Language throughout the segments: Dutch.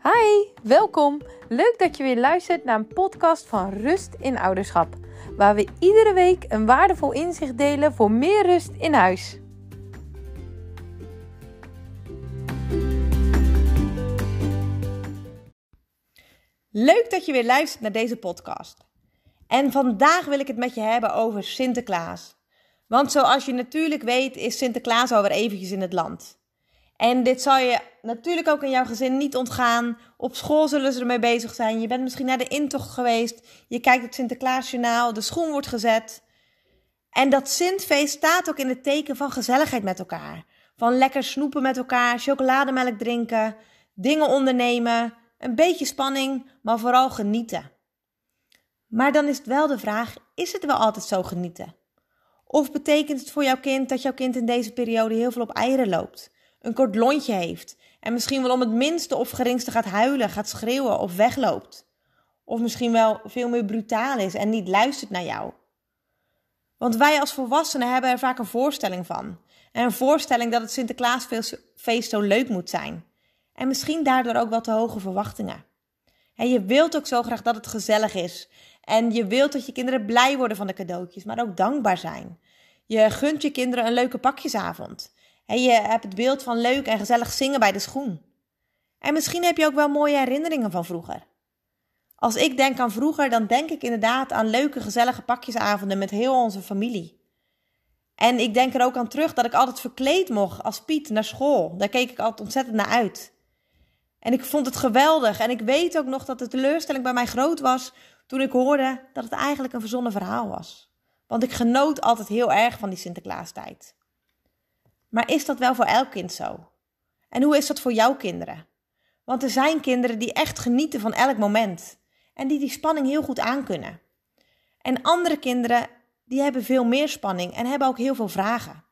Hi, welkom. Leuk dat je weer luistert naar een podcast van Rust in Ouderschap, waar we iedere week een waardevol inzicht delen voor meer rust in huis. Leuk dat je weer luistert naar deze podcast. En vandaag wil ik het met je hebben over Sinterklaas. Want zoals je natuurlijk weet is Sinterklaas alweer eventjes in het land. En dit zal je natuurlijk ook in jouw gezin niet ontgaan. Op school zullen ze ermee bezig zijn. Je bent misschien naar de intocht geweest. Je kijkt het Sinterklaasjournaal. De schoen wordt gezet. En dat Sintfeest staat ook in het teken van gezelligheid met elkaar. Van lekker snoepen met elkaar, chocolademelk drinken, dingen ondernemen, een beetje spanning, maar vooral genieten. Maar dan is het wel de vraag, is het wel altijd zo genieten? Of betekent het voor jouw kind dat jouw kind in deze periode heel veel op eieren loopt? Een kort lontje heeft en misschien wel om het minste of geringste gaat huilen, gaat schreeuwen of wegloopt. Of misschien wel veel meer brutaal is en niet luistert naar jou. Want wij als volwassenen hebben er vaak een voorstelling van. En een voorstelling dat het Sinterklaasfeest zo leuk moet zijn. En misschien daardoor ook wel te hoge verwachtingen. En je wilt ook zo graag dat het gezellig is. En je wilt dat je kinderen blij worden van de cadeautjes, maar ook dankbaar zijn. Je gunt je kinderen een leuke pakjesavond. En je hebt het beeld van leuk en gezellig zingen bij de schoen. En misschien heb je ook wel mooie herinneringen van vroeger. Als ik denk aan vroeger, dan denk ik inderdaad aan leuke gezellige pakjesavonden met heel onze familie. En ik denk er ook aan terug dat ik altijd verkleed mocht als Piet naar school. Daar keek ik altijd ontzettend naar uit. En ik vond het geweldig. En ik weet ook nog dat de teleurstelling bij mij groot was toen ik hoorde dat het eigenlijk een verzonnen verhaal was. Want ik genoot altijd heel erg van die Sinterklaastijd. Maar is dat wel voor elk kind zo? En hoe is dat voor jouw kinderen? Want er zijn kinderen die echt genieten van elk moment. En die spanning heel goed aankunnen. En andere kinderen die hebben veel meer spanning en hebben ook heel veel vragen.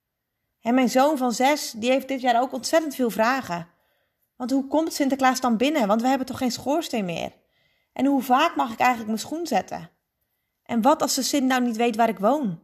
En mijn zoon van 6, die heeft dit jaar ook ontzettend veel vragen. Want hoe komt Sinterklaas dan binnen? Want we hebben toch geen schoorsteen meer? En hoe vaak mag ik eigenlijk mijn schoen zetten? En wat als de Sint nou niet weet waar ik woon?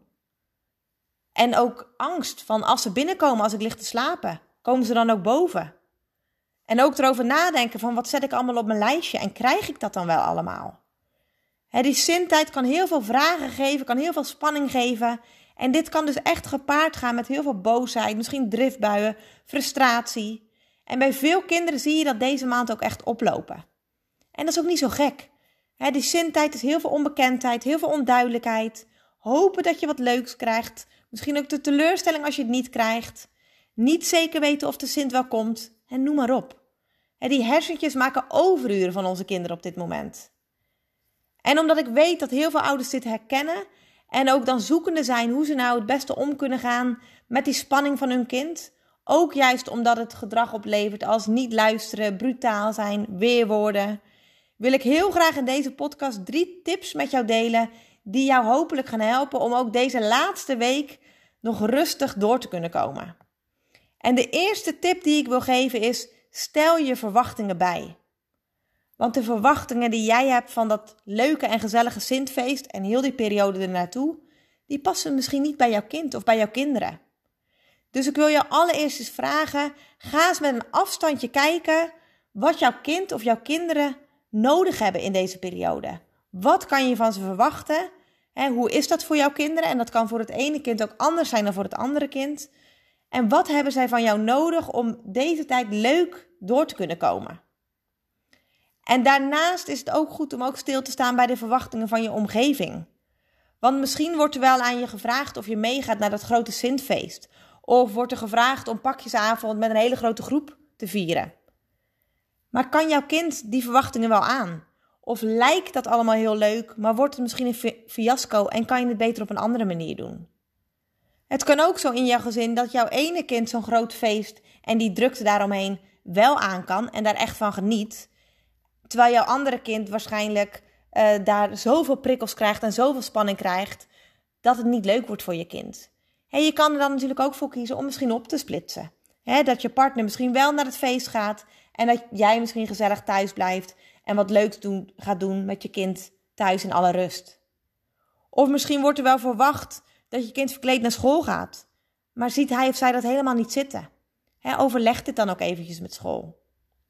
En ook angst van als ze binnenkomen als ik lig te slapen. Komen ze dan ook boven? En ook erover nadenken van wat zet ik allemaal op mijn lijstje en krijg ik dat dan wel allemaal? Die Sinttijd kan heel veel vragen geven, kan heel veel spanning geven. En dit kan dus echt gepaard gaan met heel veel boosheid, misschien driftbuien, frustratie. En bij veel kinderen zie je dat deze maand ook echt oplopen. En dat is ook niet zo gek. Die Sinttijd is heel veel onbekendheid, heel veel onduidelijkheid. Hopen dat je wat leuks krijgt. Misschien ook de teleurstelling als je het niet krijgt. Niet zeker weten of de Sint wel komt. En noem maar op. Die hersentjes maken overuren van onze kinderen op dit moment. En omdat ik weet dat heel veel ouders dit herkennen en ook dan zoekende zijn hoe ze nou het beste om kunnen gaan met die spanning van hun kind. Ook juist omdat het gedrag oplevert als niet luisteren, brutaal zijn, weerwoorden. Wil ik heel graag in deze podcast 3 tips met jou delen die jou hopelijk gaan helpen om ook deze laatste week nog rustig door te kunnen komen. En de eerste tip die ik wil geven is, stel je verwachtingen bij. Want de verwachtingen die jij hebt van dat leuke en gezellige Sintfeest en heel die periode ernaartoe, die passen misschien niet bij jouw kind of bij jouw kinderen. Dus ik wil jou allereerst eens vragen, ga eens met een afstandje kijken wat jouw kind of jouw kinderen nodig hebben in deze periode. Wat kan je van ze verwachten? Hoe is dat voor jouw kinderen? En dat kan voor het ene kind ook anders zijn dan voor het andere kind. En wat hebben zij van jou nodig om deze tijd leuk door te kunnen komen? En daarnaast is het ook goed om ook stil te staan bij de verwachtingen van je omgeving. Want misschien wordt er wel aan je gevraagd of je meegaat naar dat grote Sintfeest. Of wordt er gevraagd om pakjesavond met een hele grote groep te vieren. Maar kan jouw kind die verwachtingen wel aan? Of lijkt dat allemaal heel leuk, maar wordt het misschien een fiasco en kan je het beter op een andere manier doen? Het kan ook zo in jouw gezin dat jouw ene kind zo'n groot feest en die drukte daaromheen wel aan kan en daar echt van geniet. Terwijl jouw andere kind waarschijnlijk daar zoveel prikkels krijgt en zoveel spanning krijgt, dat het niet leuk wordt voor je kind. Je kan er dan natuurlijk ook voor kiezen om misschien op te splitsen. Dat je partner misschien wel naar het feest gaat en dat jij misschien gezellig thuis blijft en wat leuks gaat doen met je kind thuis in alle rust. Of misschien wordt er wel verwacht dat je kind verkleed naar school gaat. Maar ziet hij of zij dat helemaal niet zitten. Overleg dit dan ook eventjes met school.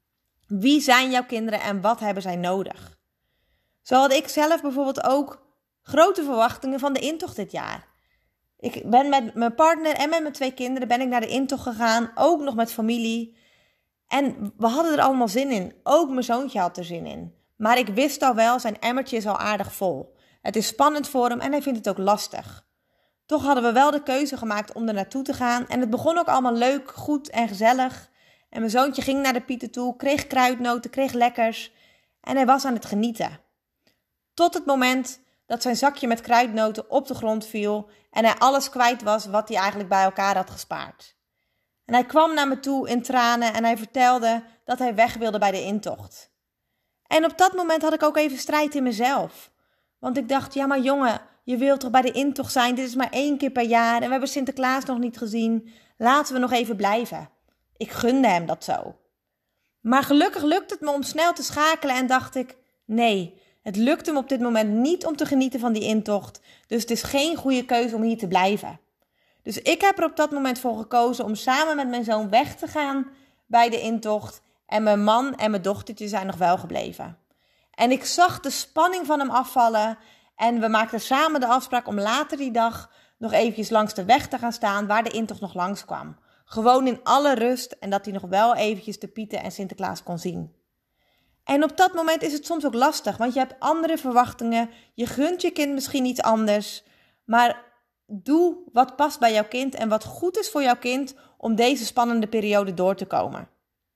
Wie zijn jouw kinderen en wat hebben zij nodig? Zo had ik zelf bijvoorbeeld ook grote verwachtingen van de intocht dit jaar. Ik ben met mijn partner en met mijn 2 kinderen ben ik naar de intocht gegaan. Ook nog met familie. En we hadden er allemaal zin in. Ook mijn zoontje had er zin in. Maar ik wist al wel, zijn emmertje is al aardig vol. Het is spannend voor hem en hij vindt het ook lastig. Toch hadden we wel de keuze gemaakt om er naartoe te gaan. En het begon ook allemaal leuk, goed en gezellig. En mijn zoontje ging naar de Pieten toe, kreeg kruidnoten, kreeg lekkers. En hij was aan het genieten. Tot het moment dat zijn zakje met kruidnoten op de grond viel en hij alles kwijt was wat hij eigenlijk bij elkaar had gespaard. En hij kwam naar me toe in tranen en hij vertelde dat hij weg wilde bij de intocht. En op dat moment had ik ook even strijd in mezelf. Want ik dacht, ja maar jongen, je wilt toch bij de intocht zijn? Dit is maar 1 keer per jaar en we hebben Sinterklaas nog niet gezien. Laten we nog even blijven. Ik gunde hem dat zo. Maar gelukkig lukte het me om snel te schakelen en dacht ik, nee, het lukt hem op dit moment niet om te genieten van die intocht. Dus het is geen goede keuze om hier te blijven. Dus ik heb er op dat moment voor gekozen om samen met mijn zoon weg te gaan bij de intocht. En mijn man en mijn dochtertje zijn nog wel gebleven. En ik zag de spanning van hem afvallen. En we maakten samen de afspraak om later die dag nog eventjes langs de weg te gaan staan waar de intocht nog langs kwam. Gewoon in alle rust en dat hij nog wel eventjes de Pieten en Sinterklaas kon zien. En op dat moment is het soms ook lastig, want je hebt andere verwachtingen. Je gunt je kind misschien iets anders. Maar doe wat past bij jouw kind en wat goed is voor jouw kind om deze spannende periode door te komen.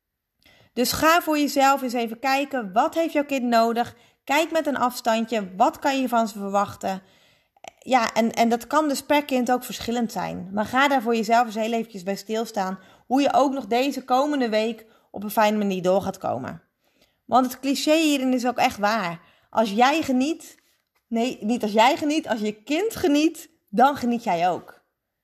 Dus ga voor jezelf eens even kijken, wat heeft jouw kind nodig? Kijk met een afstandje, wat kan je van ze verwachten? Ja, en dat kan dus per kind ook verschillend zijn. Maar ga daar voor jezelf eens heel eventjes bij stilstaan, hoe je ook nog deze komende week op een fijne manier door gaat komen. Want het cliché hierin is ook echt waar. Als jij geniet, niet als jij geniet, als je kind geniet, dan geniet jij ook.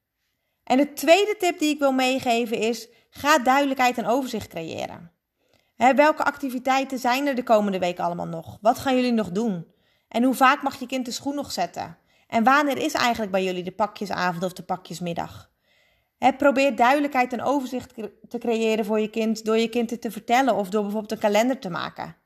En de tweede tip die ik wil meegeven is, ga duidelijkheid en overzicht creëren. Welke activiteiten zijn er de komende week allemaal nog? Wat gaan jullie nog doen? En hoe vaak mag je kind de schoen nog zetten? En wanneer is eigenlijk bij jullie de pakjesavond of de pakjesmiddag? Probeer duidelijkheid en overzicht te creëren voor je kind door je kind het te vertellen of door bijvoorbeeld een kalender te maken.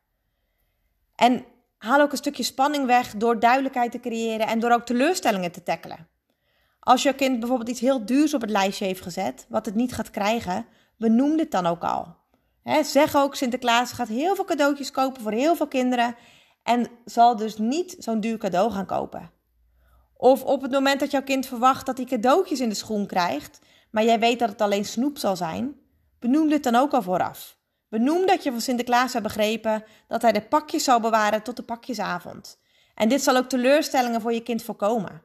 En haal ook een stukje spanning weg door duidelijkheid te creëren en door ook teleurstellingen te tackelen. Als je kind bijvoorbeeld iets heel duurs op het lijstje heeft gezet, wat het niet gaat krijgen, benoem dit dan ook al. Zeg ook, Sinterklaas gaat heel veel cadeautjes kopen voor heel veel kinderen en zal dus niet zo'n duur cadeau gaan kopen. Of op het moment dat jouw kind verwacht dat hij cadeautjes in de schoen krijgt, maar jij weet dat het alleen snoep zal zijn, benoem dit dan ook al vooraf. Benoem dat je van Sinterklaas hebt begrepen dat hij de pakjes zal bewaren tot de pakjesavond. En dit zal ook teleurstellingen voor je kind voorkomen.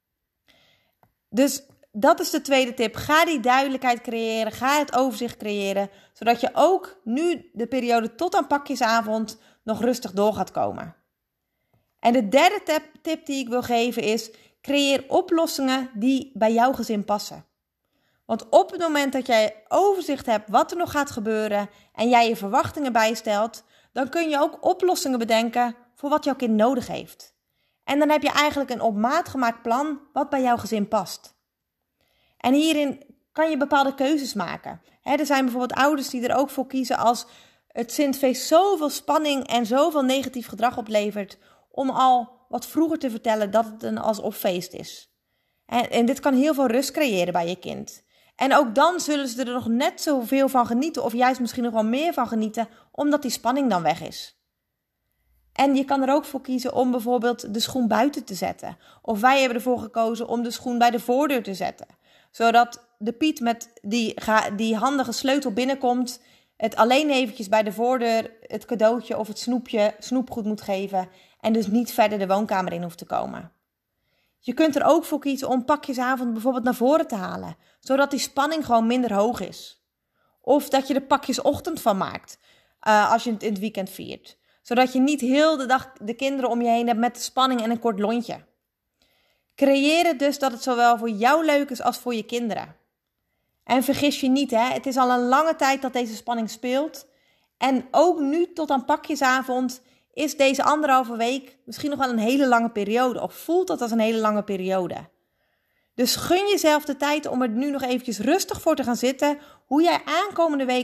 Dus dat is de tweede tip. Ga die duidelijkheid creëren, ga het overzicht creëren, zodat je ook nu de periode tot aan pakjesavond nog rustig door gaat komen. En de derde tip die ik wil geven is, creëer oplossingen die bij jouw gezin passen. Want op het moment dat jij overzicht hebt wat er nog gaat gebeuren en jij je verwachtingen bijstelt, dan kun je ook oplossingen bedenken voor wat jouw kind nodig heeft. En dan heb je eigenlijk een op maat gemaakt plan wat bij jouw gezin past. En hierin kan je bepaalde keuzes maken. Er zijn bijvoorbeeld ouders die er ook voor kiezen als het Sintfeest zoveel spanning en zoveel negatief gedrag oplevert, om al wat vroeger te vertellen dat het een alsofeest is. En dit kan heel veel rust creëren bij je kind. En ook dan zullen ze er nog net zoveel van genieten, of juist misschien nog wel meer van genieten, omdat die spanning dan weg is. En je kan er ook voor kiezen om bijvoorbeeld de schoen buiten te zetten. Of wij hebben ervoor gekozen om de schoen bij de voordeur te zetten. Zodat de Piet met die handige sleutel binnenkomt, het alleen eventjes bij de voordeur het cadeautje of het snoepgoed moet geven en dus niet verder de woonkamer in hoeft te komen. Je kunt er ook voor kiezen om pakjesavond bijvoorbeeld naar voren te halen, zodat die spanning gewoon minder hoog is. Of dat je er pakjesochtend van maakt, als je het in het weekend viert. Zodat je niet heel de dag de kinderen om je heen hebt met de spanning en een kort lontje. Creëer het dus dat het zowel voor jou leuk is als voor je kinderen. En vergis je niet, het is al een lange tijd dat deze spanning speelt. En ook nu tot aan pakjesavond is deze 1,5 week misschien nog wel een hele lange periode. Of voelt dat als een hele lange periode. Dus gun jezelf de tijd om er nu nog eventjes rustig voor te gaan zitten. Hoe jij aankomende week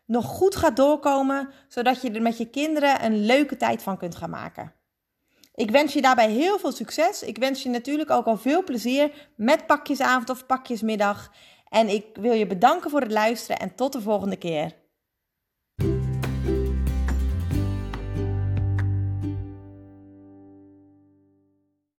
nog goed gaat doorkomen, zodat je er met je kinderen een leuke tijd van kunt gaan maken. Ik wens je daarbij heel veel succes. Ik wens je natuurlijk ook al veel plezier met pakjesavond of pakjesmiddag. En ik wil je bedanken voor het luisteren en tot de volgende keer.